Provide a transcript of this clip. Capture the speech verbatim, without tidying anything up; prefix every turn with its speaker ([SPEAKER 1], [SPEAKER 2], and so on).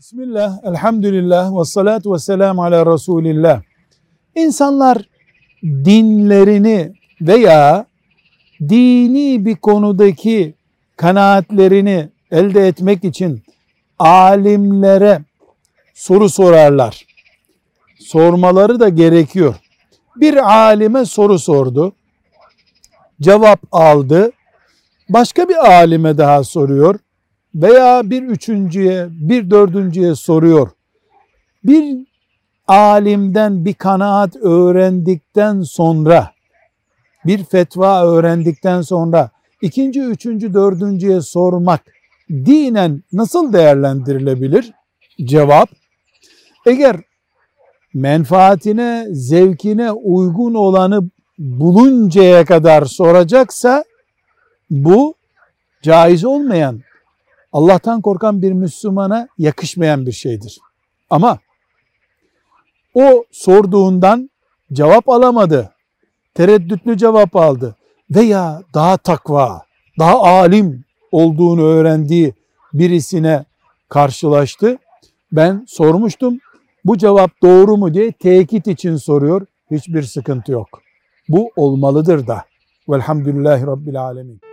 [SPEAKER 1] Bismillah, elhamdülillah, ve salatu ve selamu ala Resulillah. İnsanlar dinlerini veya dini bir konudaki kanaatlerini elde etmek için alimlere soru sorarlar. Sormaları da gerekiyor. Bir alime soru sordu, cevap aldı, başka bir alime daha soruyor veya bir üçüncüye, bir dördüncüye soruyor. Bir alimden bir kanaat öğrendikten sonra, bir fetva öğrendikten sonra ikinci, üçüncü, dördüncüye sormak dinen nasıl değerlendirilebilir? Cevap, eğer menfaatine, zevkine uygun olanı buluncaya kadar soracaksa bu caiz olmayan, Allah'tan korkan bir Müslümana yakışmayan bir şeydir. Ama o sorduğundan cevap alamadı, tereddütlü cevap aldı veya daha takva, daha alim olduğunu öğrendiği birisine karşılaştı. Ben sormuştum, bu cevap doğru mu diye tekit için soruyor. Hiçbir sıkıntı yok. Bu olmalıdır da. Velhamdülillahi Rabbil Alemin.